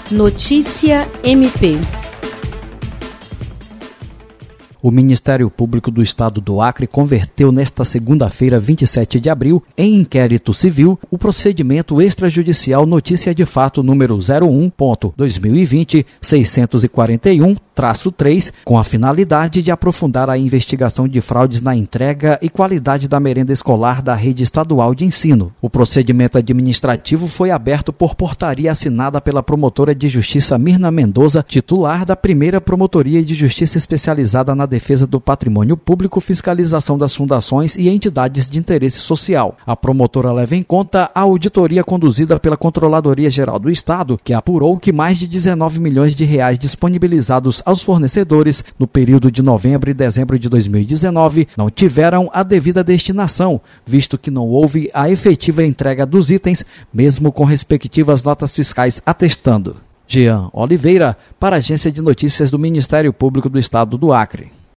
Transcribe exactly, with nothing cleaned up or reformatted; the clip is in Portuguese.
Notícia M P. O Ministério Público do Estado do Acre converteu nesta segunda-feira, vinte e sete de abril, em inquérito civil, o procedimento extrajudicial Notícia de Fato número zero um ponto dois mil e vinte seiscentos e quarenta e um traço três, com a finalidade de aprofundar a investigação de fraudes na entrega e qualidade da merenda escolar da rede estadual de ensino. O procedimento administrativo foi aberto por portaria assinada pela promotora de justiça Mirna Mendoza, titular da primeira Promotoria de Justiça especializada na defesa do patrimônio público, fiscalização das fundações e entidades de interesse social. A promotora leva em conta a auditoria conduzida pela Controladoria Geral do Estado, que apurou que mais de dezenove milhões de reais disponibilizados aos fornecedores no período de novembro e dezembro de dois mil e dezenove não tiveram a devida destinação, visto que não houve a efetiva entrega dos itens, mesmo com respectivas notas fiscais atestando. Jean Oliveira, para a Agência de Notícias do Ministério Público do Estado do Acre.